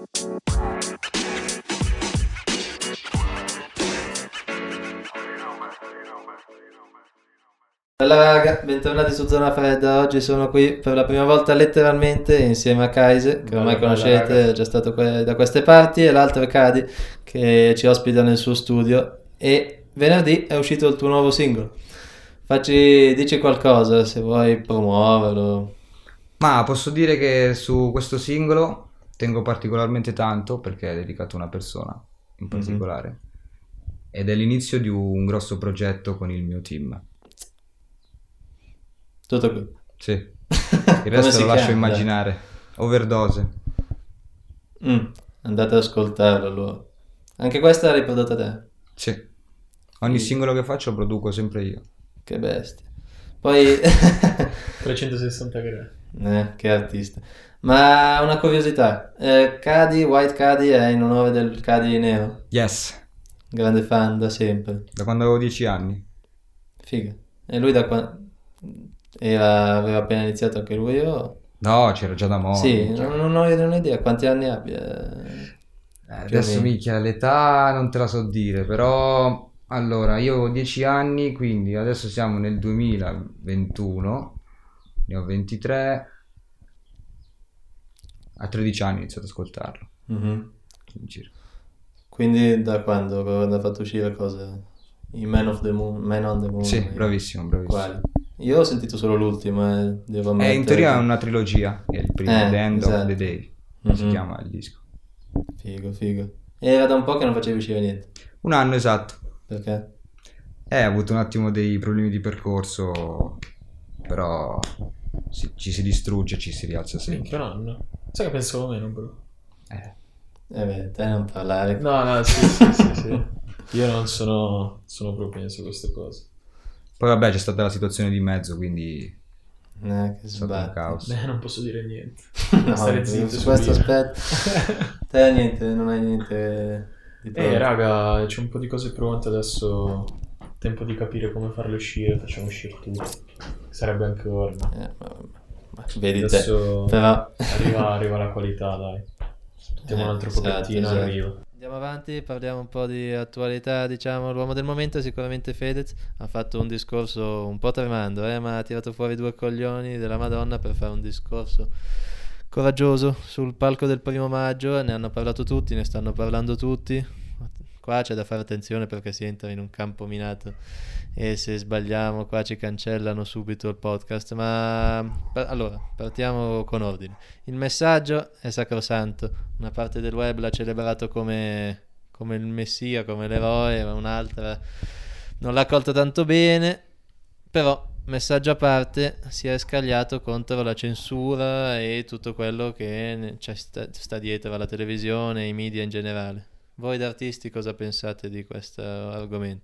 Bella raga, bentornati su Zona Fredda. Oggi sono qui per la prima volta letteralmente insieme a Kaise, che ormai conoscete, è già stato da queste parti, e l'altro è Cadi, che ci ospita nel suo studio. E venerdì è uscito il tuo nuovo singolo. Dici qualcosa se vuoi promuoverlo. Ma posso dire che su questo singolo tengo particolarmente tanto perché è dedicato a una persona in particolare ed è l'inizio di un grosso progetto con il mio team. Tutto qui. Sì, il Come resto si lo lascio chiama? Dai. immaginare. Overdose. Andate ad ascoltarlo allora. Anche questa l'hai prodotta te. Sì, ogni Sì. singolo che faccio lo produco sempre io. Che bestia. Poi 360 gradi. Che artista. Ma una curiosità, Cadi, White Cadi è in onore del Cadi nero. Yes, Grande fan da sempre. da quando avevo 10 anni. Figa. E lui da quando aveva appena iniziato anche lui o... No, c'era già da mo'. Sì, minchia. non ho idea quanti anni abbia. Più o Adesso meno. minchia, l'età non te la so dire, però allora io ho 10 anni, quindi adesso siamo nel 2021, ne ho 23, a 13 anni ho iniziato ad ascoltarlo. Mhm. Circa. Quindi da quando ha fatto uscire cosa? I Man of the Moon, Man on the Moon. Sì, bravissimo, bravissimo. Quali? Io ho sentito solo l'ultimo e devo In ammettere teoria è che- una trilogia, è il primo, The End of esatto. the Day, si Mhm. chiama il disco. Figo. E era da un po' che non facevi uscire niente. Un anno esatto. Perché? Ho avuto un attimo dei problemi di percorso, però ci si distrugge, ci si rialza Minchia, sempre. un anno. Sai che pensavo meno, bro. Beh, te non parlare. No, sì. Io non sono propenso a queste cose. Poi vabbè c'è stata la situazione di mezzo, quindi Che è stato un sbatti. caos. Beh, non posso dire niente. No, Stare zitto su e questo subire. aspetto. Te niente, non hai niente di pronto. Raga, c'è un po' di cose pronte adesso. Tempo di capire come farle uscire. Facciamo uscire tutto. Sarebbe anche ora. Ma vedi te. Adesso Però... arriva la qualità, dai. Mettiamo un altro pochettino, esatto. arriva. Andiamo avanti, parliamo un po' di attualità, diciamo. L'uomo del momento è sicuramente Fedez. Ha fatto un discorso un po' tremando, ma ha tirato fuori due coglioni della Madonna per fare un discorso coraggioso sul palco del 1° maggio. Ne hanno parlato tutti, ne stanno parlando tutti. Qua c'è da fare attenzione perché si entra in un campo minato e se sbagliamo qua ci cancellano subito il podcast. Ma allora, partiamo con ordine. Il messaggio è sacrosanto. Una parte del web l'ha celebrato come il messia, come l'eroe, ma un'altra non l'ha accolto tanto bene. Però, messaggio a parte, si è scagliato contro la censura e tutto quello che sta dietro alla televisione e ai media in generale. Voi da artisti cosa pensate di questo argomento?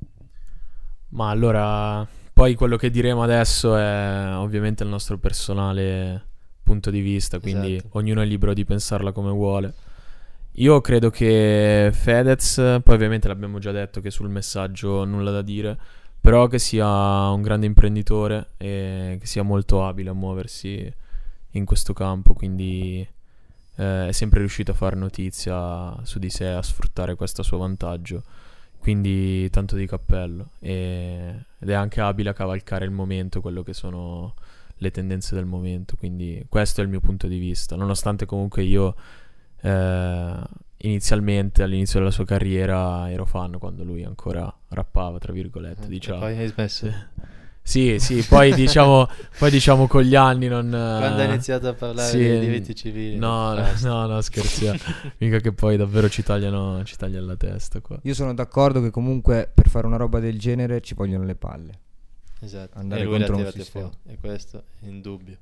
Ma allora, poi quello che diremo adesso è ovviamente il nostro personale punto di vista, quindi Esatto. ognuno è libero di pensarla come vuole. Io credo che Fedez, poi ovviamente l'abbiamo già detto che sul messaggio nulla da dire, però che sia un grande imprenditore e che sia molto abile a muoversi in questo campo, quindi è sempre riuscito a fare notizia su di sé, a sfruttare questo a suo vantaggio, quindi tanto di cappello, ed è anche abile a cavalcare il momento, quello che sono le tendenze del momento, quindi questo è il mio punto di vista, nonostante comunque io inizialmente all'inizio della sua carriera ero fan quando lui ancora rappava, tra virgolette, diciamo. E poi hai smesso. Sì, poi diciamo con gli anni non... Quando hai iniziato a parlare sì, dei diritti civili. no, scherziamo. Mica che poi davvero ci tagliano la testa qua. Io sono d'accordo che comunque per fare una roba del genere ci vogliono le palle. Esatto. Andare E lui l'ha contro un tirate sistema. fuori, e questo è indubbio.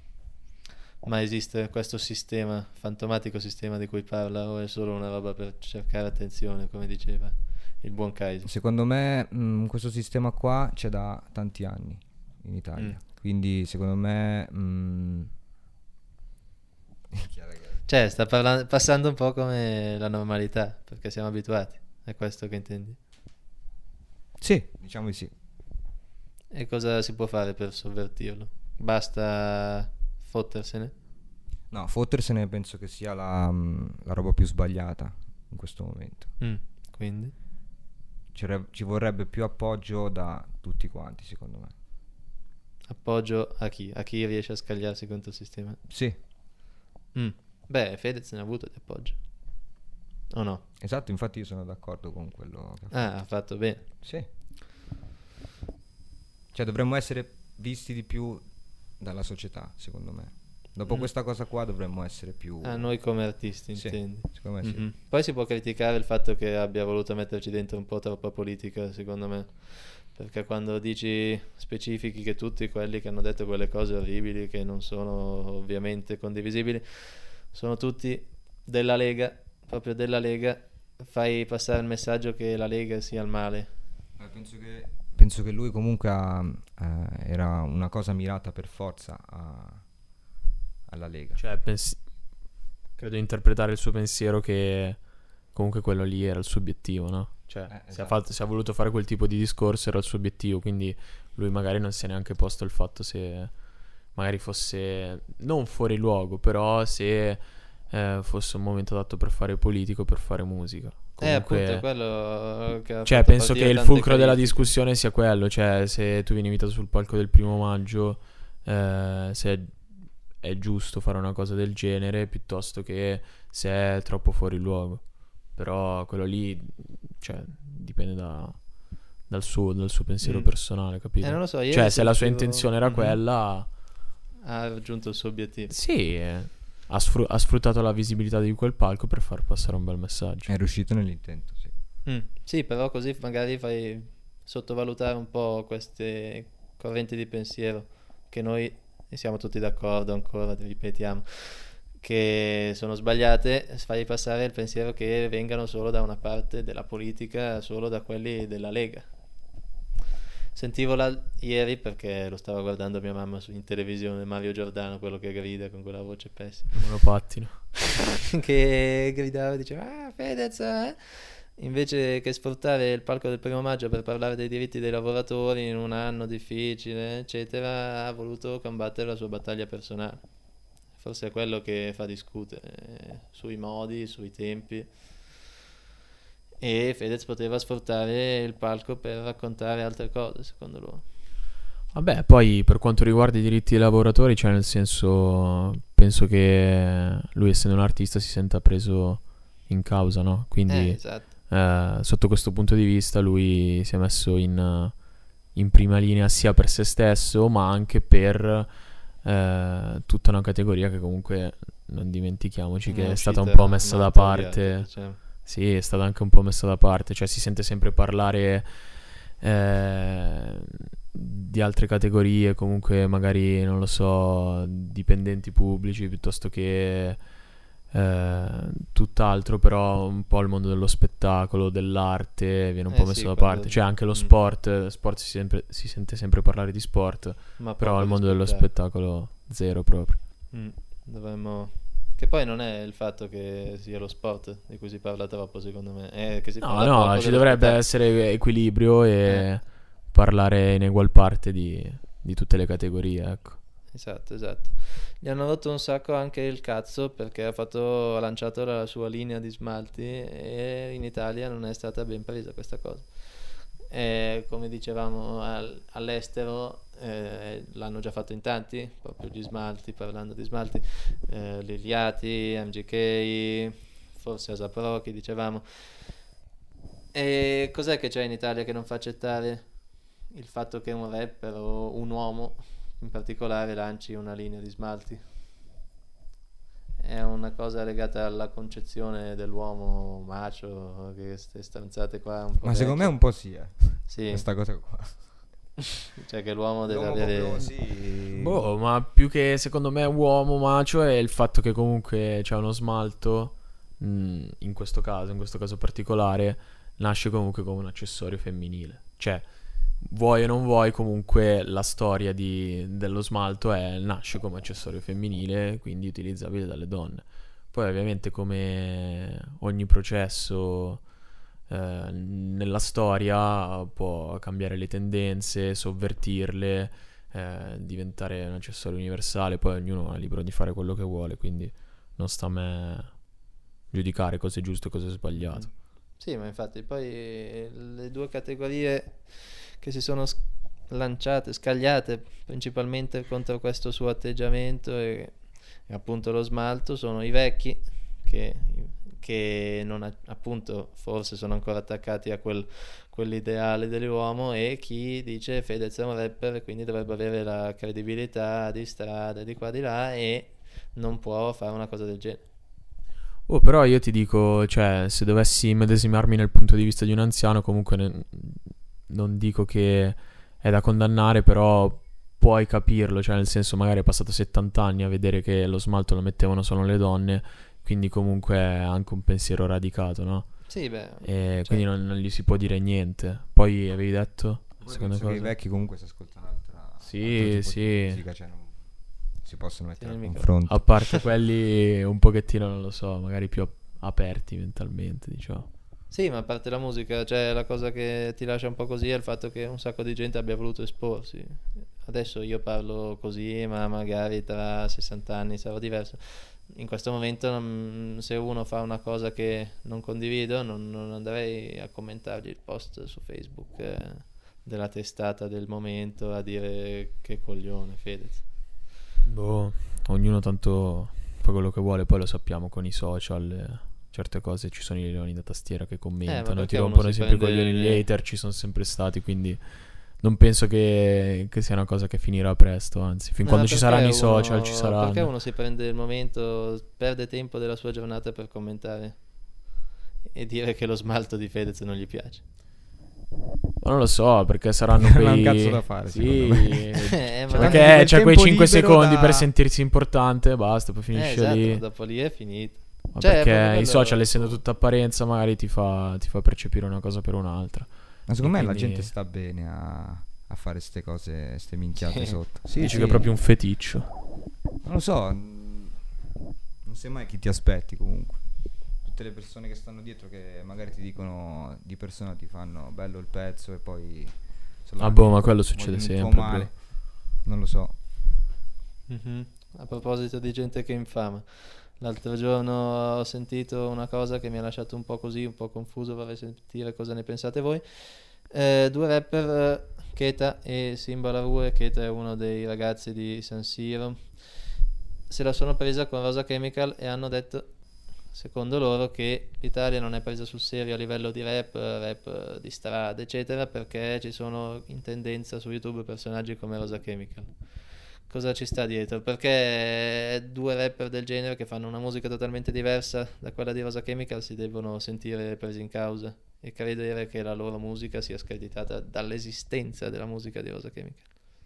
Ma esiste questo sistema, fantomatico sistema di cui parla, o è solo una roba per cercare attenzione, come diceva il buon Kaiser? Secondo me questo sistema qua c'è da tanti anni in Italia, quindi secondo me Cioè, sta passando un po' come la normalità, perché siamo abituati. È questo che intendi? sì, diciamo di sì. E cosa si può fare per sovvertirlo? Basta fottersene? No, fottersene penso che sia la roba più sbagliata in questo momento. Quindi? Ci vorrebbe più appoggio da tutti quanti, secondo me. Appoggio a chi? A chi riesce a scagliarsi contro il sistema? Sì, Beh, Fedez ne ha avuto di appoggio. O no? esatto, infatti io sono d'accordo con quello che ha fatto. Ah, ha fatto bene. Sì. Cioè dovremmo essere visti di più dalla società, secondo me. Dopo questa cosa qua dovremmo essere più... Noi come artisti, Sì, intendi? secondo me sì. Mhm. Poi si può criticare il fatto che abbia voluto metterci dentro un po' troppa politica, secondo me. Perché quando specifichi che tutti quelli che hanno detto quelle cose orribili, che non sono ovviamente condivisibili, sono tutti della Lega, proprio della Lega, fai passare il messaggio che la Lega sia il male. Penso che lui comunque era una cosa mirata per forza alla Lega. Cioè, credo di interpretare il suo pensiero che comunque quello lì era il suo obiettivo, no? Cioè, esatto. se ha voluto fare quel tipo di discorso era il suo obiettivo, quindi lui magari non si è neanche posto il fatto se magari fosse non fuori luogo, però se fosse un momento adatto per fare politico, per fare musica. Comunque, Appunto, è quello che ha cioè, fatto penso che partire il tante fulcro della critiche. discussione sia quello, cioè se tu vieni invitato sul palco del 1° maggio, se è giusto fare una cosa del genere piuttosto che se è troppo fuori luogo. Però quello lì, cioè, dipende dal suo pensiero personale, capito? Non lo so, ieri Cioè, se la sua sentivo- intenzione era Mhm. quella, Ha raggiunto il suo obiettivo. sì, ha sfruttato la visibilità di quel palco per far passare un bel messaggio. È riuscito nell'intento, sì. Sì, però così magari fai sottovalutare un po' queste correnti di pensiero che noi siamo tutti d'accordo ancora, ripetiamo, che sono sbagliate, fai passare il pensiero che vengano solo da una parte della politica, solo da quelli della Lega. Sentivo ieri perché lo stava guardando mia mamma in televisione, Mario Giordano, quello che grida con quella voce pessima. Monopattino. Che gridava e diceva Fedez, invece che sfruttare il palco del 1° maggio per parlare dei diritti dei lavoratori in un anno difficile eccetera, ha voluto combattere la sua battaglia personale. Forse è quello che fa discutere sui modi, sui tempi, e Fedez poteva sfruttare il palco per raccontare altre cose, secondo loro. Vabbè, poi per quanto riguarda i diritti dei lavoratori, cioè nel senso, penso che lui essendo un artista si senta preso in causa, no? Quindi Esatto. sotto questo punto di vista lui si è messo in prima linea sia per se stesso, ma anche per tutta una categoria che comunque, non dimentichiamoci, che è stata un po' messa da parte. Diciamo. Sì, è stata anche un po' messa da parte, cioè si sente sempre parlare di altre categorie, comunque magari, non lo so, dipendenti pubblici piuttosto che tutt'altro, però un po' il mondo dello spettacolo, dell'arte viene un po' messo sì, da quello- parte, cioè anche lo sport si sente sempre parlare di sport, Ma però poco il di mondo dello spettacolo. spettacolo zero proprio. Dovremmo... Che poi non è il fatto che sia lo sport di cui si parla troppo, secondo me, è che si No, parla poco no, ci dello dovrebbe spettacolo. essere equilibrio e parlare in egual parte di tutte le categorie, ecco. Esatto. Gli hanno rotto un sacco anche il cazzo perché ha lanciato la sua linea di smalti e in Italia non è stata ben presa questa cosa. E come dicevamo all'estero l'hanno già fatto in tanti, proprio gli smalti, parlando di smalti, Liliati, MGK, forse Asaprochi, dicevamo. E cos'è che c'è in Italia che non fa accettare il fatto che un rapper o un uomo in particolare lanci una linea di smalti? È una cosa legata alla concezione dell'uomo macho, che queste stanzate qua un po' Ma secondo me vecchie. un po' sì, Sì, questa cosa qua. cioè che l'uomo deve L'uomo avere... proprio, sì. Boh, ma più che secondo me uomo macio è il fatto che comunque c'è uno smalto, in questo caso particolare, nasce comunque come un accessorio femminile. Cioè, vuoi o non vuoi, comunque la storia dello smalto nasce come accessorio femminile, quindi utilizzabile dalle donne. Poi ovviamente come ogni processo nella storia può cambiare le tendenze, sovvertirle, diventare un accessorio universale. Poi ognuno è libero di fare quello che vuole, quindi non sta a me giudicare cosa è giusto e cosa è sbagliato. Sì, ma infatti poi le due categorie che si sono lanciate, scagliate principalmente contro questo suo atteggiamento e appunto lo smalto sono i vecchi che non appunto forse sono ancora attaccati a quell'ideale dell'uomo, e chi dice Fedez è un rapper e quindi dovrebbe avere la credibilità di strada di qua di là e non può fare una cosa del genere. Oh, però io ti dico, cioè, se dovessi medesimarmi nel punto di vista di un anziano, comunque non dico che è da condannare, però puoi capirlo, cioè nel senso magari è passato 70 anni a vedere che lo smalto lo mettevano solo le donne, quindi comunque è anche un pensiero radicato, no? Sì, beh, E certo. quindi non gli si può dire niente. Poi avevi detto? Poi Seconda penso che i cosa? vecchi comunque si ascoltano Sì, altro tipo sì. di musica, cioè non si possono mettere Sì, a mica. confronto. A parte quelli un pochettino, non lo so, magari più aperti mentalmente, diciamo. Sì, ma a parte la musica, cioè la cosa che ti lascia un po' così è il fatto che un sacco di gente abbia voluto esporsi. Adesso io parlo così, ma magari tra 60 anni sarò diverso. In questo momento, se uno fa una cosa che non condivido, non andrei a commentargli il post su Facebook della testata del momento a dire che coglione, Fedez. Boh, ognuno tanto fa quello che vuole, poi lo sappiamo con i social, certe cose ci sono i leoni da tastiera che commentano, perché ti uno rompono si sempre i prende coglioni, le- gli hater ci sono sempre stati, quindi non penso che sia una cosa che finirà presto, anzi, fin No, quando ci perché saranno i uno- social ci Perché saranno. uno si prende il momento, perde tempo della sua giornata per commentare e dire che lo smalto di Fedez non gli piace. Ma non lo so, perché saranno Non ha quei... un cazzo da fare, Sì, secondo me. Ma- Tanto perché quel c'è quei tempo 5 libero secondi da- per sentirsi importante e basta, poi finisce esatto, lì. dopo lì è finito. Ma Cioè, è perché proprio i quello- social, essendo tutta apparenza, magari ti fa percepire una cosa per un'altra. Ma secondo E me la quindi- gente sta bene a fare ste cose, ste minchiate Sì. sotto. Sì, Dici sì. che è proprio un feticcio. Non lo so, non sai mai chi ti aspetti comunque. Tutte le persone che stanno dietro che magari ti dicono di persona ti fanno bello il pezzo e poi... Ah, boh, ma quello succede vogliono un po' sempre, male. bro. Non lo so. Mhm. A proposito di gente che infama, l'altro giorno ho sentito una cosa che mi ha lasciato un po' così, un po' confuso, vorrei sentire cosa ne pensate voi. Due rapper, Keta e Simba Larue. Keta è uno dei ragazzi di San Siro, se la sono presa con Rosa Chemical e hanno detto, secondo loro, che l'Italia non è presa sul serio a livello di rap di strada, eccetera, perché ci sono in tendenza su YouTube personaggi come Rosa Chemical. Cosa ci sta dietro? Perché due rapper del genere che fanno una musica totalmente diversa da quella di Rosa Chemical si devono sentire presi in causa e credere che la loro musica sia screditata dall'esistenza della musica di Rosa Chemical.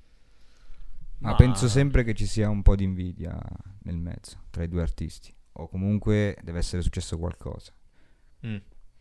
Ma penso sempre che ci sia un po' di invidia nel mezzo tra i due artisti. O comunque deve essere successo qualcosa. Mm.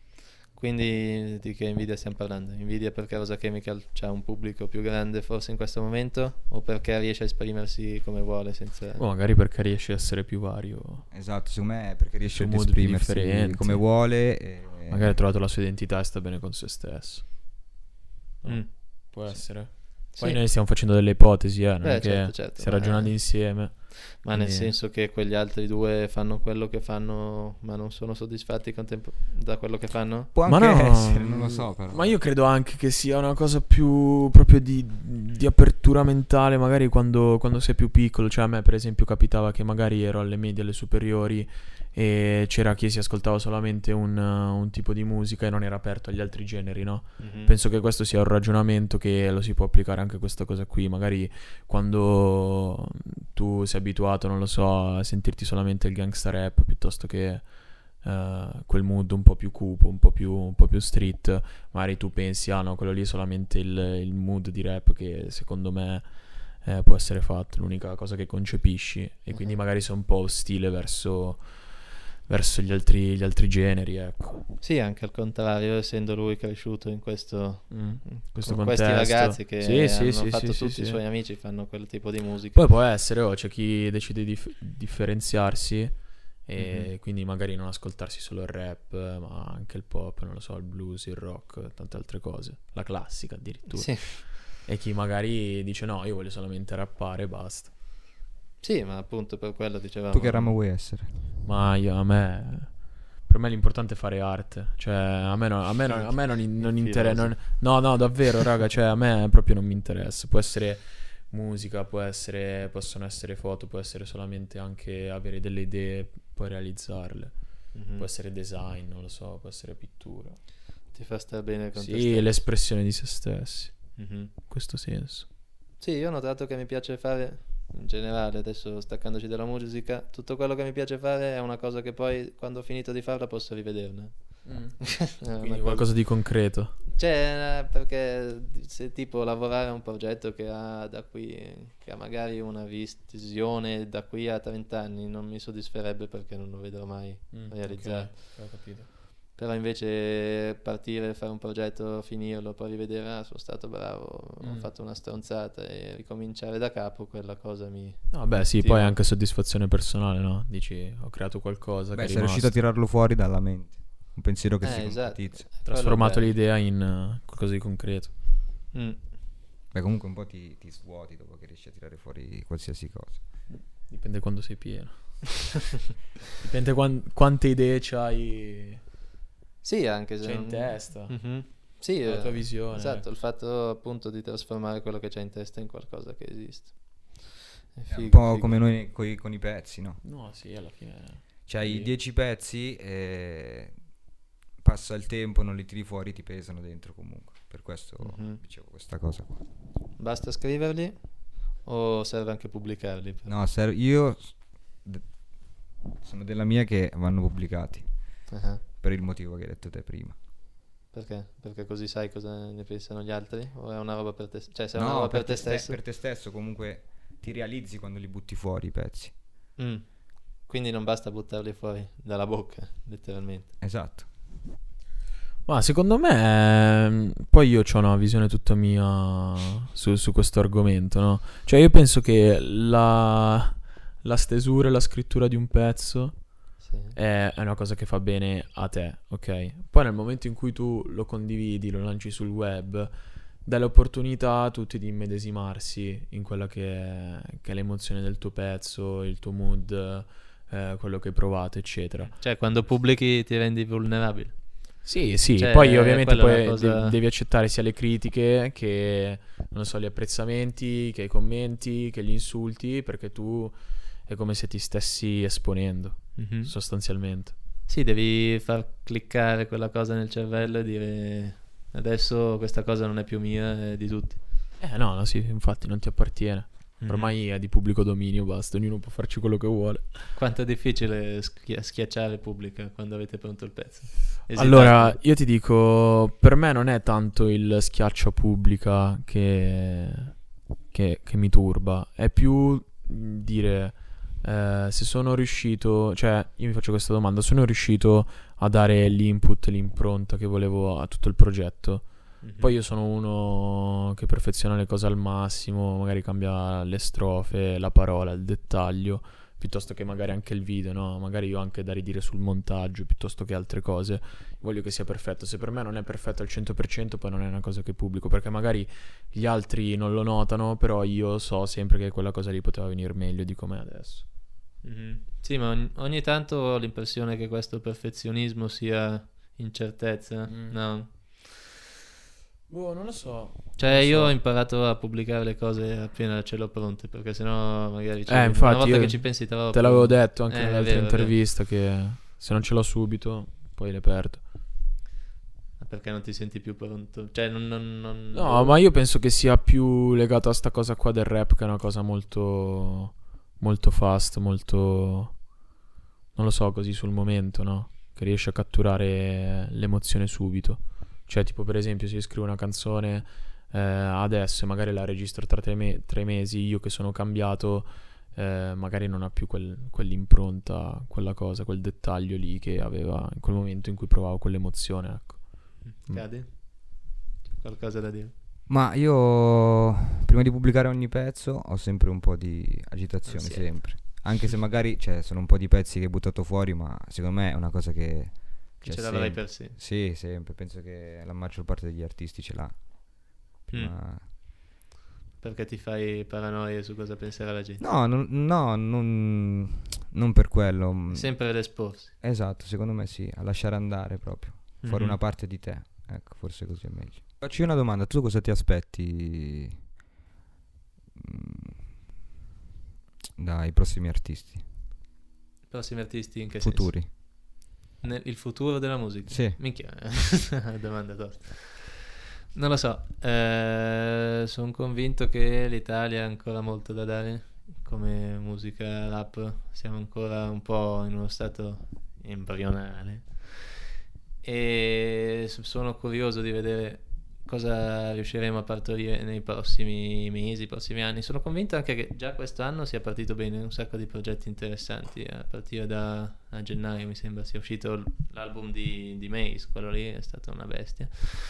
Quindi di che invidia stiamo parlando? Invidia perché Rosa Chemical ha un pubblico più grande forse in questo momento, o perché riesce a esprimersi come vuole senza... O magari perché riesce a essere più vario. Esatto, secondo me è perché riesce Su ad mood esprimersi differenti. come vuole. E... Magari ha trovato la sua identità e sta bene con se stesso. No, Mm. può essere. Sì. Poi noi stiamo facendo delle ipotesi, non Beh, è che certo, certo, stiamo ragionando insieme. Ma nel Quindi- senso che quegli altri due fanno quello che fanno, ma non sono soddisfatti da quello che fanno? Può Ma anche no, essere, non lo so però. Ma io credo anche che sia una cosa più proprio di apertura mentale, magari quando sei più piccolo. Cioè a me per esempio capitava che magari ero alle medie, alle superiori e c'era chi si ascoltava solamente un tipo di musica e non era aperto agli altri generi, no? Mhm. Penso che questo sia un ragionamento che lo si può applicare anche a questa cosa qui. Magari quando tu sei abituato, non lo so, a sentirti solamente il gangsta rap piuttosto che quel mood un po' più cupo, un po' più street, magari tu pensi, ah no, quello lì è solamente il mood di rap che secondo me può essere fatto, l'unica cosa che concepisci, e quindi magari sei un po' ostile verso gli altri generi, ecco. Sì, anche al contrario, essendo lui cresciuto in questo, Questo con questi contesto. ragazzi che Sì, sì, hanno sì, fatto sì, tutti sì, i sì. suoi amici fanno quel tipo di musica. Poi può essere, c'è chi decide di differenziarsi e Mhm. quindi magari non ascoltarsi solo il rap, ma anche il pop, non lo so, il blues, il rock, tante altre cose, la classica addirittura. Sì. e chi magari dice no, io voglio solamente rappare e basta. Sì, ma appunto per quello dicevamo. Tu che ramo vuoi essere? Ma per me l'importante è fare arte. Cioè, a me non interessa. No, davvero, raga. Cioè, a me proprio non mi interessa. Può essere musica, possono essere foto, può essere solamente anche avere delle idee, poi realizzarle. Può essere design, non lo so, può essere pittura. Ti fa stare bene con te Sì, stesso. l'espressione di se stessi. Mhm. In questo senso. Sì, io ho notato che mi piace fare, in generale, adesso staccandoci dalla musica, tutto quello che mi piace fare è una cosa che poi, quando ho finito di farla, posso rivederla. È una Quindi cosa- qualcosa di concreto. Cioè, perché se tipo lavorare a un progetto che ha magari una visione da qui a 30 anni, non mi soddisferebbe perché non lo vedrò mai realizzato. Ok, ho capito. Però invece partire, fare un progetto, finirlo, poi rivedere, sono stato bravo, ho fatto una stronzata e ricominciare da capo, quella cosa mi... No, beh, sì, Sì, poi ma- anche soddisfazione personale, no? Dici, ho creato qualcosa che Beh, è sei riuscito a rimasto. tirarlo fuori dalla mente. Un pensiero che si esatto. concretizza. Trasformato Quello è l'idea in qualcosa di concreto. bello. Beh, comunque un po' ti svuoti dopo che riesci a tirare fuori qualsiasi cosa. Dipende quando sei pieno. Dipende quante idee c'hai Sì, anche se... in testa. Mhm. Sì, La tua visione. esatto, il fatto appunto di trasformare quello che c'è in testa in qualcosa che esiste. È È figo, un po' figo. come noi con i pezzi, no? No, sì, alla fine. Cioè, Sì. i 10 pezzi, passa il tempo, non li tiri fuori, ti pesano dentro comunque. Per questo dicevo questa cosa qua. Basta scriverli o serve anche pubblicarli? No, sono della mia che vanno pubblicati, Ah, per il motivo che hai detto te prima. perché? Perché così sai cosa ne pensano gli altri? O è una roba per te? Cioè, se è No, una roba per per te stesso? per te stesso comunque ti realizzi quando li butti fuori i pezzi. Mm. Quindi non basta buttarli fuori dalla bocca, letteralmente. Esatto. Ma secondo me, poi io ho una visione tutta mia su questo argomento, no? Cioè io penso che la stesura e la scrittura di un pezzo Sì. è una cosa che fa bene a te, ok? Poi nel momento in cui tu lo condividi, lo lanci sul web, dai l'opportunità a tutti di immedesimarsi in quella che è l'emozione del tuo pezzo, il tuo mood, quello che hai provato, eccetera. Cioè, quando pubblichi ti rendi vulnerabile. Sì, Cioè, poi ovviamente quella è poi la cosa- devi accettare sia le critiche che, non so, gli apprezzamenti, che i commenti, che gli insulti, perché tu è come se ti stessi esponendo, Mhm. sostanzialmente. Sì, devi far cliccare quella cosa nel cervello e dire adesso questa cosa non è più mia, è di tutti. No, sì, infatti non ti appartiene. Mhm. Ormai è di pubblico dominio, basta, ognuno può farci quello che vuole. Quanto è difficile schiacciare pubblica quando avete pronto il pezzo? Esitate. Allora, io ti dico, per me non è tanto il schiaccio a pubblica che mi turba, è più dire se sono riuscito, cioè io mi faccio questa domanda, sono riuscito a dare l'input, l'impronta che volevo a tutto il progetto? Mhm. Poi io sono uno che perfeziona le cose al massimo, magari cambia le strofe, la parola, il dettaglio, piuttosto che magari anche il video, no? Magari io ho anche da ridire sul montaggio, piuttosto che altre cose. Voglio che sia perfetto. Se per me non è perfetto al 100%, poi non è una cosa che pubblico, perché magari gli altri non lo notano, però io so sempre che quella cosa lì poteva venire meglio di com'è adesso. Mhm. Sì, ma ogni tanto ho l'impressione che questo perfezionismo sia incertezza, no? Boh, non lo so. Cioè, Non io so. ho imparato a pubblicare le cose appena ce l'ho pronte, perché sennò magari Infatti, una volta io che ci pensi troppo. te l'avevo detto anche è nell'altra vero, è vero. intervista che se non ce l'ho subito, poi le perdo. Perché non ti senti più pronto? Cioè, No, ma io penso che sia più legato a sta cosa qua del rap, che è una cosa molto, molto fast, molto, non lo so, così sul momento, no? Che riesce a catturare l'emozione subito. Cioè, tipo, per esempio, se io scrivo una canzone adesso e magari la registro tra 3 mesi, io che sono cambiato, magari non ha più quell'impronta, quella cosa, quel dettaglio lì che aveva in quel momento in cui provavo quell'emozione, ecco. Cadi? C'è qualcosa da dire? Ma io prima di pubblicare ogni pezzo ho sempre un po' di agitazione, Ansietta. sempre. Anche se magari, cioè, sono un po' di pezzi che hai buttato fuori, ma secondo me è una cosa che Che c'è ce l'avrai sempre. per sé. Sì, sempre. Penso che la maggior parte degli artisti ce l'ha. Prima perché ti fai paranoia su cosa penserà la gente. No, non per quello. Sempre ad esporsi. Esatto, secondo me sì, a lasciare andare proprio, fare una parte di te. Ecco, forse così è meglio. Faccio una domanda, tu cosa ti aspetti dai prossimi artisti Prossimi artisti in che futuri? senso? Il futuro della musica? Sì. Minchia, domanda tosta. Non lo so, sono convinto che l'Italia ha ancora molto da dare come musica rap, siamo ancora un po' in uno stato embrionale e sono curioso di vedere cosa riusciremo a partorire nei prossimi mesi, prossimi anni. Sono convinto anche che già quest'anno sia partito bene, un sacco di progetti interessanti, a partire da gennaio mi sembra sia uscito l'album di Mace, quello lì è stata una bestia.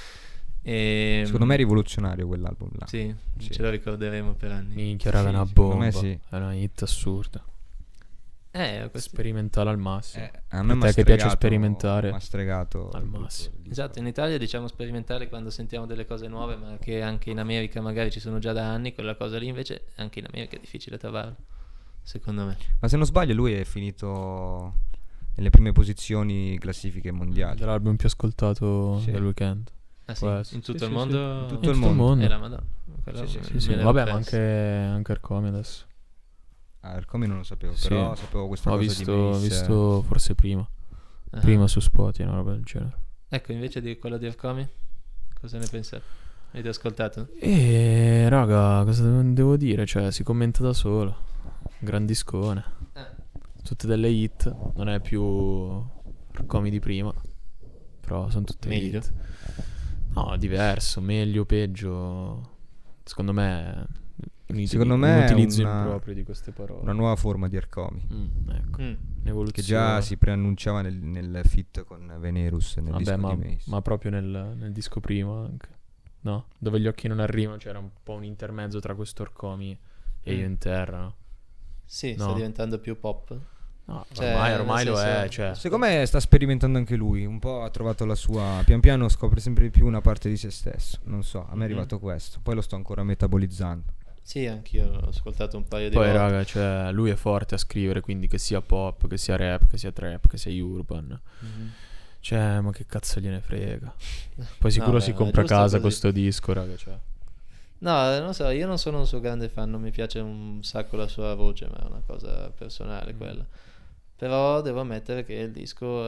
Secondo me è rivoluzionario quell'album là. Sì, ce lo ricorderemo per anni. Minchia, raga, Sì, una secondo bomba. me sì. È una hit assurda. Sperimentale al massimo. A me A te che piace sperimentare mi ha stregato al massimo. Esatto, in Italia diciamo sperimentale quando sentiamo delle cose nuove, ma che anche in America magari ci sono già da anni, quella cosa lì invece anche in America è difficile trovarlo, secondo me. Ma se non sbaglio lui è finito nelle prime posizioni classifiche mondiali. Dell'album più ascoltato Sì. del weekend. Ah sì, Può essere. in tutto Sì, il sì, mondo? sì. In tutto il mondo. È la Madonna. Quello Sì, me sì, l'ero Vabbè, ma perso. anche Arcomi adesso. Arcomi non lo sapevo, Sì. però sapevo questa Ho cosa visto, di Mace. visto forse prima. Ah. Prima su Spotify, una roba del genere. Ecco, invece di quello di Arcomi, cosa ne pensate? Avete ascoltato? E raga, cosa devo dire? Cioè, si commenta da solo. Gran discone. Tutte delle hit. Non è più Arcomi di prima. Però sono tutte Meglio? hit. No, diverso, meglio, peggio. Secondo me Secondo me un è utilizzo una- improprio di queste parole. Una nuova forma di Arcomi, Ecco, un'evoluzione. che già si preannunciava nel feat con Venerus nel Vabbè, disco ma, di Mace. ma proprio nel disco prima anche. No? Dove gli occhi non arrivano, c'era un po' un intermezzo tra questo Arcomi e Io in terra, no? Sì, No. sta diventando più pop. No, Cioè, ormai nel lo senso- è, cioè. Secondo me sta sperimentando anche lui, un po' ha trovato la sua, pian piano scopre sempre di più una parte di se stesso, non so, a me è arrivato questo, poi lo sto ancora metabolizzando. Sì, anch'io l'ho ascoltato un paio di Poi volte. raga, cioè, lui è forte a scrivere, quindi che sia pop, che sia rap, che sia trap, che sia urban. Mhm. Cioè, ma che cazzo gliene frega. Poi sicuro No, si beh, compra è giusto casa così. con sto disco, raga, cioè. No, non so, io non sono un suo grande fan, non mi piace un sacco la sua voce, ma è una cosa personale quella. Però devo ammettere che il disco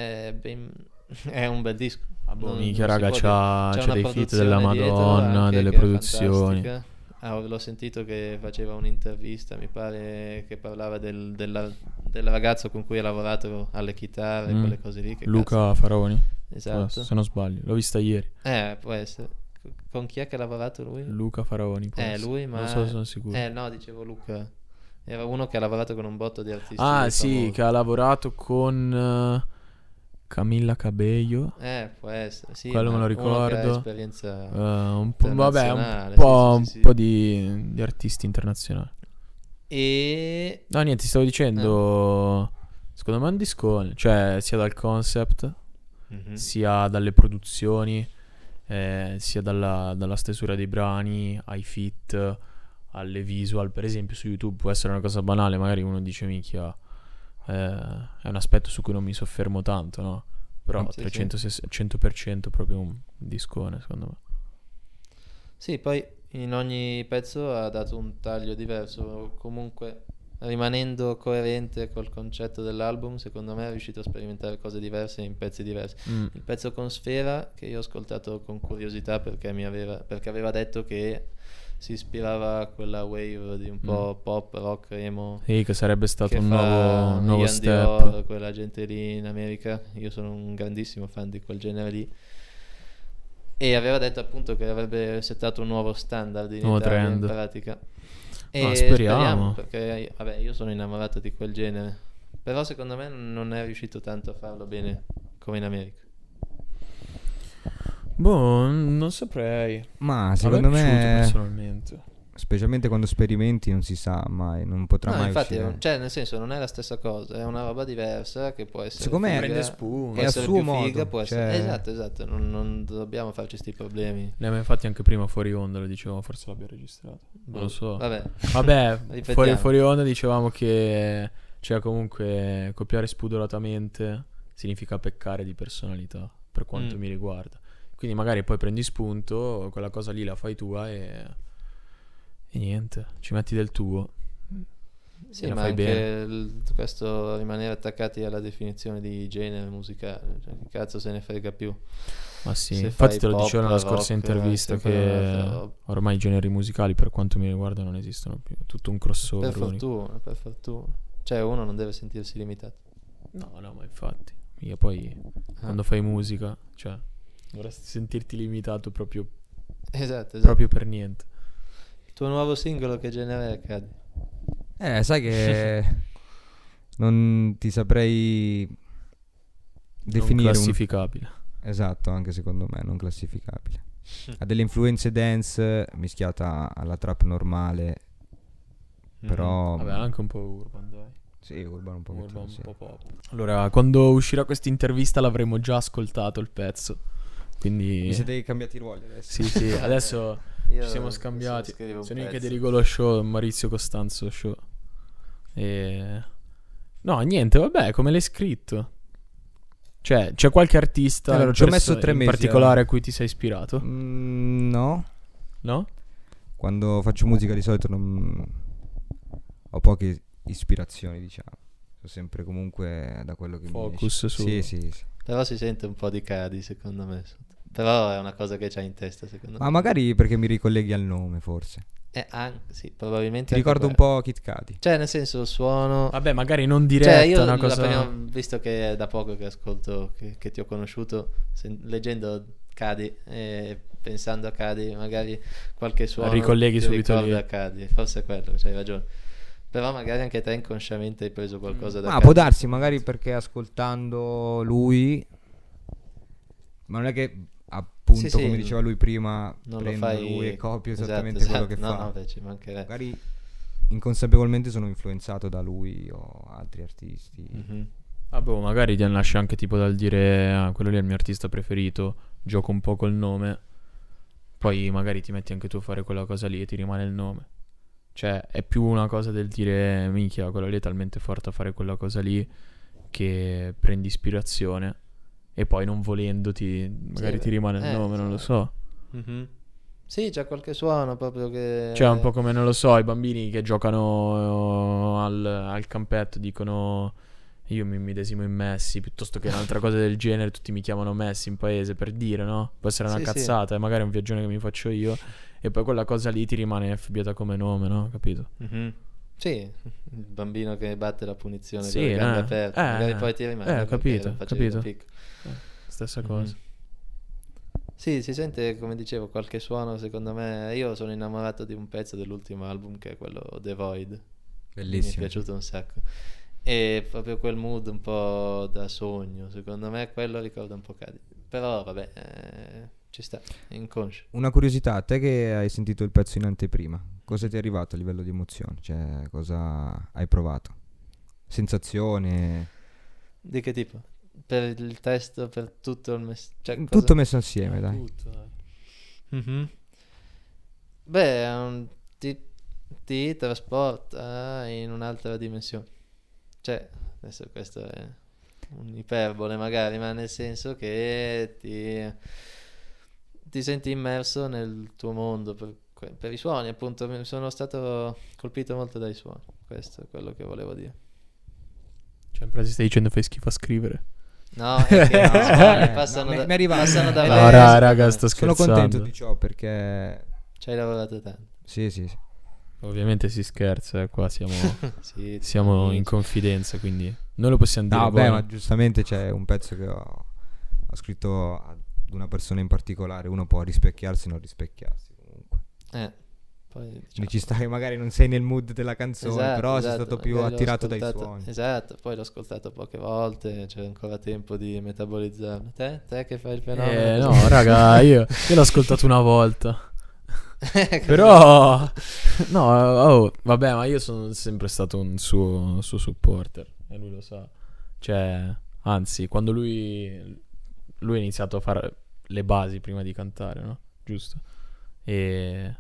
è un bel disco. Ah, boh, Non- minchia, non si raga, può c'ha dire. dei una feat della produzione dietro Madonna, anche delle che è produzioni. fantastica. L'ho sentito che faceva un'intervista, mi pare che parlava del ragazzo con cui ha lavorato alle chitarre, quelle cose lì. Che Luca Faraoni, Esatto. se non sbaglio. L'ho vista ieri. Può essere. Con chi è che ha lavorato lui? Luca Faraoni, può essere. Lui, ma... Non so se sono sicuro. No, dicevo Luca. Era uno che ha lavorato con un botto di artisti. Ah, sì, famosi. che ha lavorato con Camilla Cabello. Può essere, sì. Quello me ma lo uno che ha ricordo. esperienza Un po', vabbè, un internazionale, po', sì. un po' di artisti internazionali. E... No, niente, ti stavo dicendo. Secondo me è un disco, cioè, sia dal concept, Mhm. sia dalle produzioni, sia dalla stesura dei brani, ai feat, alle visual. Per esempio, su YouTube può essere una cosa banale, magari uno dice, minchia, è un aspetto su cui non mi soffermo tanto, no? Però Sì, 100% proprio un discone, secondo me. Sì, poi in ogni pezzo ha dato un taglio diverso, comunque rimanendo coerente col concetto dell'album, secondo me è riuscito a sperimentare cose diverse in pezzi diversi. Il pezzo con Sfera, che io ho ascoltato con curiosità perché aveva detto che si ispirava a quella wave di un po' pop, rock, emo, Sì, che sarebbe stato che un fa nuovo Ian step. Dior, quella gente lì in America. Io sono un grandissimo fan di quel genere lì. E aveva detto appunto che avrebbe settato un nuovo standard in Nuovo Italia trend. in pratica. No, E speriamo. perché vabbè, io sono innamorato di quel genere. Però secondo me non è riuscito tanto a farlo bene come in America. Boh, non saprei. Ma A secondo me è piaciuto me personalmente. specialmente quando sperimenti non si sa mai, non potrà No, mai infatti, uscire. cioè, nel senso, non è la stessa cosa, è una roba diversa che può essere Secondo me figa, prende spunto. può È a essere suo più modo, figa, può essere... cioè- Esatto, non dobbiamo farci sti problemi. Ma infatti anche prima fuori onda lo dicevamo, forse l'abbia registrato. Non lo so. Vabbè, Vabbè, Ripetiamo. fuori onda dicevamo che, cioè, comunque copiare spudoratamente significa peccare di personalità, per quanto mi riguarda. Quindi magari poi prendi spunto, quella cosa lì la fai tua e niente, ci metti del tuo. sì, E la ma fai anche bene. questo rimanere attaccati alla definizione di genere musicale, cioè, che cazzo se ne frega più. Ma sì, Se infatti fai te lo pop, dicevo nella scorsa rock, intervista se fai che rock, ormai i generi musicali per quanto mi riguarda non esistono più, è tutto un crossover. per fortuna, per fortuna. Cioè uno non deve sentirsi limitato. No, ma infatti, io poi quando fai musica, cioè, dovresti sentirti limitato proprio Esatto. proprio per niente. Il tuo nuovo singolo che genere è, Cadi? Sai che non ti saprei Non definire classificabile. Esatto, anche secondo me non classificabile. Ha delle influenze dance mischiata alla trap normale, però Vabbè, anche un po' urban, dai. sì, urban un po', Urban, un sì. po' pop. Allora, quando uscirà questa intervista l'avremo già ascoltato il pezzo. Quindi Vi siete cambiati ruoli adesso? sì, adesso Io ci siamo adesso scambiati. scrivo un Sono io che pezzo. dirigo lo show, Maurizio Costanzo show. E no, niente, vabbè, come l'hai scritto? Cioè, c'è qualche artista Allora, ci ho messo 3 in mesi, particolare a cui ti sei ispirato? No, No? quando faccio musica di solito non ho poche ispirazioni, diciamo. Sono sempre comunque da quello che Focus mi esce. su- Sì. Però si sente un po' di Cadi, secondo me. Però è una cosa che c'hai in testa, secondo Ma me. magari perché mi ricolleghi al nome, forse. Sì, probabilmente. Ti anche ricordo un quello. po' Kit Cudi. Cioè, nel senso, il suono. Vabbè, magari non diretta, Cioè, io una cosa... visto che è da poco che ascolto, che ti ho conosciuto, leggendo Cadi e pensando a Cadi, magari qualche suono Ricolleghi ti subito ricorda lì. Cadi. Forse è quello, c'hai ragione. Però magari anche te inconsciamente hai preso qualcosa da Ma Cadi. può darsi, magari perché ascoltando lui, ma non è che appunto, Sì, come diceva lui prima, non lo prendo fai lui e copio esatto, esattamente quello che no, fa. No, beh, ci mancherebbe. Magari inconsapevolmente sono influenzato da lui o altri artisti. Mhm. Ah, boh, magari ti nasce anche tipo dal dire quello lì è il mio artista preferito, gioco un po' col nome, poi magari ti metti anche tu a fare quella cosa lì e ti rimane il nome. Cioè, è più una cosa del dire minchia, quello lì è talmente forte a fare quella cosa lì che prendi ispirazione e poi non volendoti magari Sì, ti rimane il nome, non lo so. Mhm. Sì, c'è qualche suono proprio che... Cioè, un po' come, non lo so, i bambini che giocano al campetto dicono io mi medesimo in Messi, piuttosto che un'altra cosa del genere, tutti mi chiamano Messi in paese, per dire, no? Può essere una Sì, sì. cazzata, magari è un viaggione che mi faccio io, e poi quella cosa lì ti rimane affibbiata come nome, no? Capito? Mhm. Sì, il bambino che batte la punizione Sì, con le gambe aperte, magari poi ti rimane perché capito, lo facevi da capito. piccolo. Stessa Mhm. cosa. Sì, si sente, come dicevo, qualche suono, secondo me. Io sono innamorato di un pezzo dell'ultimo album che è quello The Void. Mi è Bellissimo. piaciuto un sacco. E proprio quel mood un po' da sogno, secondo me quello ricorda un po' Cadi. Però vabbè, ci sta, è inconscio. Una curiosità, te che hai sentito il pezzo in anteprima, cosa ti è arrivato a livello di emozione? Cioè, cosa hai provato? Sensazione? Di che tipo? Per il testo, per tutto il cioè, cosa- Tutto messo assieme, dai. Tutto, dai. Mhm. Beh, è ti trasporta in un'altra dimensione. Cioè, adesso questo è un'iperbole magari, ma nel senso che ti senti immerso nel tuo mondo per i suoni, appunto. Sono stato colpito molto dai suoni, questo è quello che volevo dire. Cioè, in pratica stai dicendo fai schifo a scrivere. No, è che i suoni passano, mi da, arriva- passano No, davanti. No, secondo raga, me. sto Sono scherzando. contento di ciò perché... Ci hai lavorato tanto. Sì. Ovviamente si scherza, qua siamo Sì, siamo amici. in confidenza, quindi noi lo possiamo dire. No, beh, buono. ma giustamente c'è un pezzo che ho scritto ad una persona in particolare, uno può rispecchiarsi o non rispecchiarsi comunque. Poi, Quindi ci sta che magari non sei nel mood della canzone, Esatto, però sei esatto, stato più magari l'ho attirato dai ascoltato- suoni. Esatto, poi l'ho ascoltato poche volte, c'è ancora tempo di metabolizzarlo. Te che fai il fenomeno? No, raga, io l'ho ascoltato una volta. Però no, vabbè, ma io sono sempre stato un suo supporter e lui lo sa. Cioè, anzi, quando lui ha iniziato a fare le basi prima di cantare, no? Giusto? E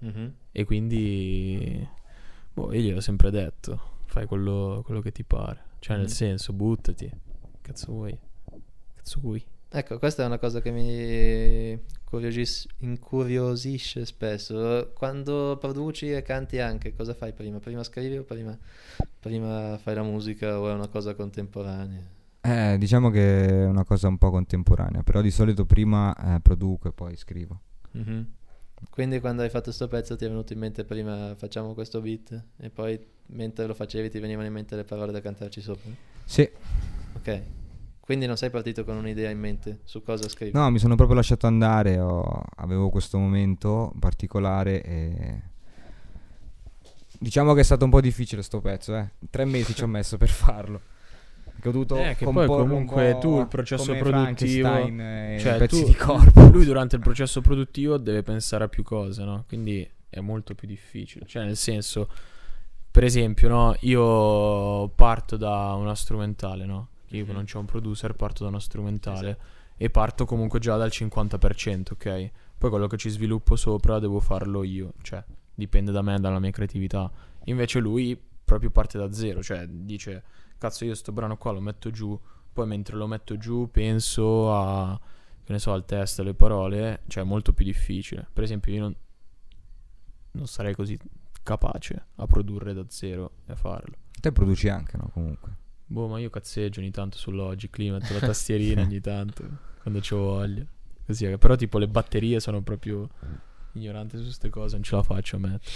quindi boh, io gli ho sempre detto, fai quello che ti pare. Cioè, nel senso, buttati. Cazzo vuoi? Ecco, questa è una cosa che mi incuriosisce spesso. Quando produci e canti anche, cosa fai prima? Prima scrivi o prima fai la musica, o è una cosa contemporanea? Diciamo che è una cosa un po' contemporanea, però di solito prima produco e poi scrivo. Quindi quando hai fatto sto pezzo ti è venuto in mente prima facciamo questo beat e poi mentre lo facevi ti venivano in mente le parole da cantarci sopra? Sì. Ok. Quindi non sei partito con un'idea in mente su cosa scrivi? No, mi sono proprio lasciato andare, avevo questo momento particolare e diciamo che è stato un po' difficile sto pezzo, 3 mesi ci ho messo per farlo. Che ho dovuto che poi comporlo comunque un po' tu il processo come produttivo, Frankenstein, cioè pezzi tu, di corpo. lui durante il processo produttivo deve pensare a più cose, no? Quindi è molto più difficile. Cioè, nel senso, per esempio, no, io parto da una strumentale, no? Io non c'ho un producer, parto da una strumentale e parto comunque già dal 50%, ok? Poi quello che ci sviluppo sopra devo farlo io, cioè dipende da me, dalla mia creatività. Invece lui proprio parte da zero, cioè dice cazzo io sto brano qua lo metto giù, poi mentre lo metto giù penso a, che ne so, al testo, alle parole, cioè è molto più difficile. Per esempio io non sarei così capace a produrre da zero e a farlo. Te produci anche, no? Comunque. Boh, ma io cazzeggio ogni tanto su Logic, lì metto la tastierina ogni tanto, quando c'ho voglia. Così, però tipo le batterie sono proprio ignorante su queste cose, non ce la faccio a mettere.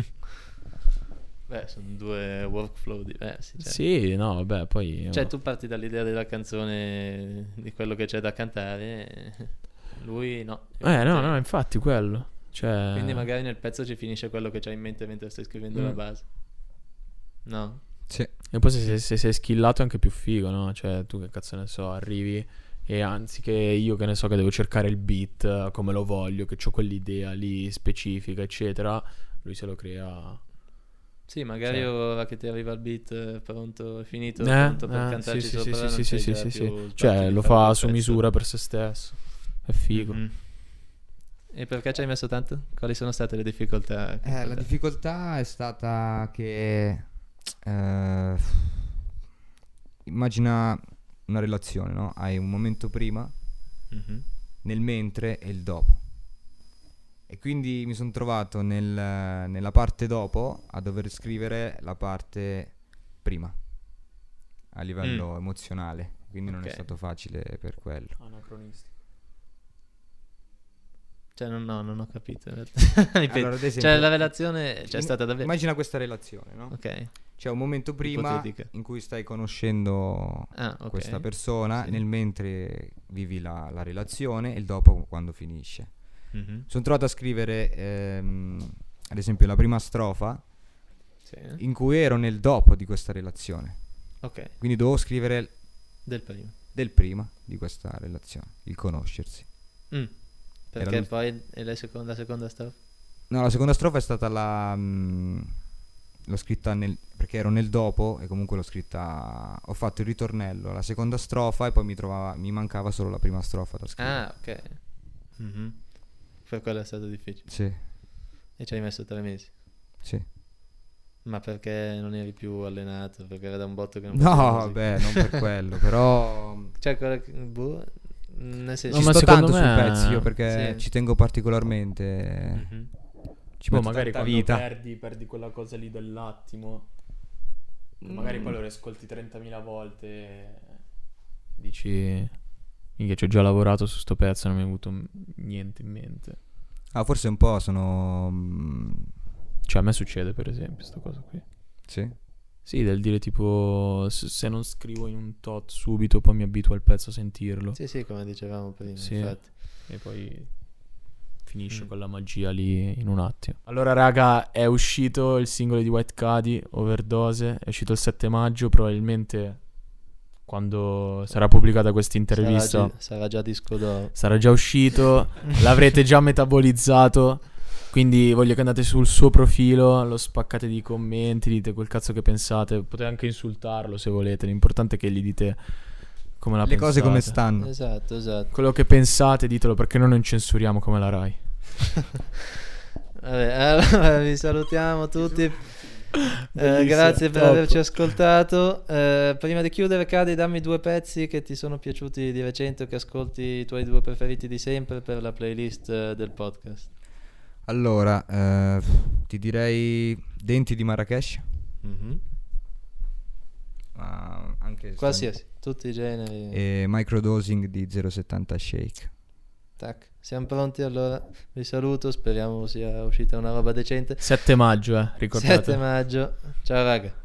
Beh, sono due workflow diversi. Cioè. Sì, no, vabbè, poi... Cioè tu parti dall'idea della canzone, di quello che c'è da cantare, lui no. No, infatti quello. Cioè... Quindi magari nel pezzo ci finisce quello che c'hai in mente mentre stai scrivendo la base. No? Sì. E poi se sei skillato è anche più figo, no? Cioè tu che cazzo ne so, arrivi e anziché io che ne so che devo cercare il beat come lo voglio, che ho quell'idea lì specifica eccetera, lui se lo crea. Sì, magari Cioè. ora che ti arriva il beat pronto, finito, pronto per cantarci sopra, non sei già più sbatti Cioè di lo fare fa quel su pezzo. misura per se stesso. È figo. E perché ci hai messo tanto? Quali sono state le difficoltà? La difficoltà è stata che immagina una relazione, no? Hai un momento prima, nel mentre e il dopo. E quindi mi sono trovato nella parte dopo a dover scrivere la parte prima a livello emozionale, quindi non è stato facile per quello. Anacronistico. Cioè non ho capito. Allora, ad esempio, cioè la relazione c'è stata davvero. Immagina questa relazione, no? Ok. C'è un momento prima Ipotetica. in cui stai conoscendo questa persona, sì. nel mentre vivi la relazione e il dopo quando finisce. Sono trovato a scrivere ad esempio la prima strofa in cui ero nel dopo di questa relazione. Ok. Quindi dovevo scrivere Del prima di questa relazione, il conoscersi. Perché poi è la seconda strofa? No, la seconda strofa è stata l'ho scritta perché ero nel dopo e comunque l'ho scritta, ho fatto il ritornello, la seconda strofa e poi mi mancava solo la prima strofa da scrivere. Ah, ok. Per quello è stato difficile. Sì. E ci hai messo 3 mesi. Sì. Ma perché non eri più allenato? Perché era da un botto che non No, facevi musica? vabbè, non per quello, però Cioè, nel senso... ci ma sto secondo tanto me- sul pezzo io perché Sì. ci tengo particolarmente. Ci metto magari tanta quando vita. perdi quella cosa lì dell'attimo, magari poi lo riascolti 30.000 volte e dici minchia, ci ho già lavorato su sto pezzo, non mi è avuto niente in mente. Ah, forse un po' sono Cioè a me succede per esempio sta cosa qui. Sì, del dire tipo se non scrivo in un tot subito poi mi abituo al pezzo a sentirlo. Sì, come dicevamo prima, Sì. infatti. E poi finisce quella magia lì in un attimo. Allora raga, è uscito il singolo di White Cady, Overdose, è uscito il 7 maggio, probabilmente quando sarà pubblicata questa intervista Sarà già disco d'oro. sarà già uscito, l'avrete già metabolizzato Quindi voglio che andate sul suo profilo, lo spaccate di commenti, dite quel cazzo che pensate, potete anche insultarlo se volete, l'importante è che gli dite come la Le pensate. cose come stanno. Esatto. Quello che pensate ditelo, perché noi non censuriamo come la Rai. Vabbè, allora vi salutiamo tutti. Grazie per averci ascoltato. Prima di chiudere, Cadi, dammi 2 pezzi che ti sono piaciuti di recente o che ascolti, i tuoi 2 preferiti di sempre per la playlist del podcast. Allora, ti direi Denti di Marrakesh. Mhm. Anche Qualsiasi, tutti i generi. e Microdosing di 070 Shake. Tac. Siamo pronti, allora vi saluto, speriamo sia uscita una roba decente. 7 maggio, ricordate. 7 maggio, ciao raga.